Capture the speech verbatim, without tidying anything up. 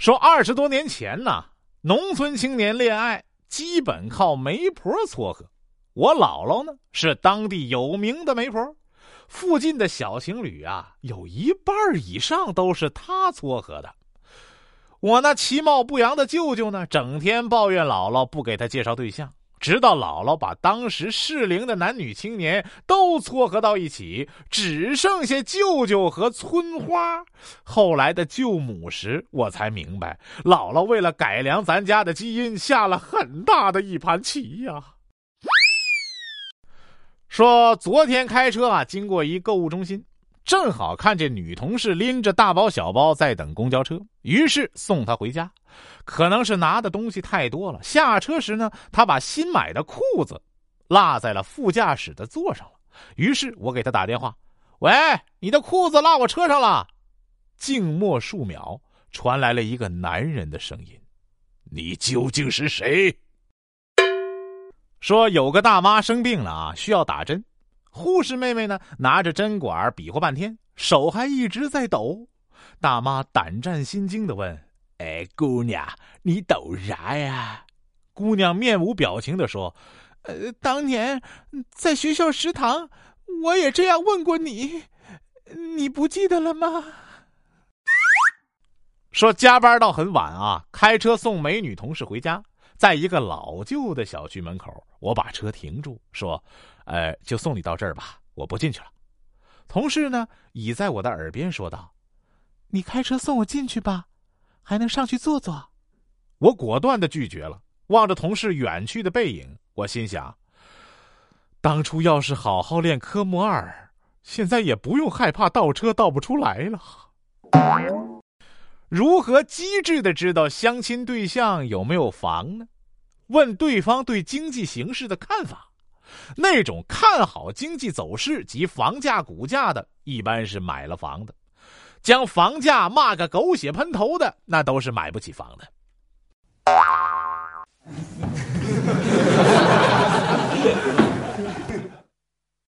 说二十多年前呢，农村青年恋爱基本靠媒婆撮合。我姥姥呢是当地有名的媒婆，附近的小情侣啊，有一半以上都是她撮合的。我那其貌不扬的舅舅呢，整天抱怨姥姥不给他介绍对象，直到姥姥把当时适龄的男女青年都撮合到一起，只剩下舅舅和村花。后来的舅母时，我才明白，姥姥为了改良咱家的基因，下了很大的一盘棋呀。说昨天开车啊，经过一购物中心，正好看见女同事拎着大包小包在等公交车，于是送她回家。可能是拿的东西太多了，下车时呢，她把新买的裤子落在了副驾驶的座上了。于是我给她打电话，喂，你的裤子落我车上了。静默数秒，传来了一个男人的声音，你究竟是谁？说有个大妈生病了啊，需要打针。护士妹妹呢，拿着针管比划半天，手还一直在抖。大妈胆战心惊地问，哎，姑娘，你抖啥呀？姑娘面无表情地说，呃，当年在学校食堂，我也这样问过你，你不记得了吗？说加班到很晚啊，开车送美女同事回家。在一个老旧的小区门口，我把车停住，说，呃，就送你到这儿吧，我不进去了。同事呢，倚在我的耳边说道，你开车送我进去吧，还能上去坐坐。我果断地拒绝了，望着同事远去的背影，我心想，当初要是好好练科目二，现在也不用害怕倒车倒不出来了。如何机智地知道相亲对象有没有房呢？问对方对经济形势的看法。那种看好经济走势及房价股价的，一般是买了房的；将房价骂个狗血喷头的，那都是买不起房的。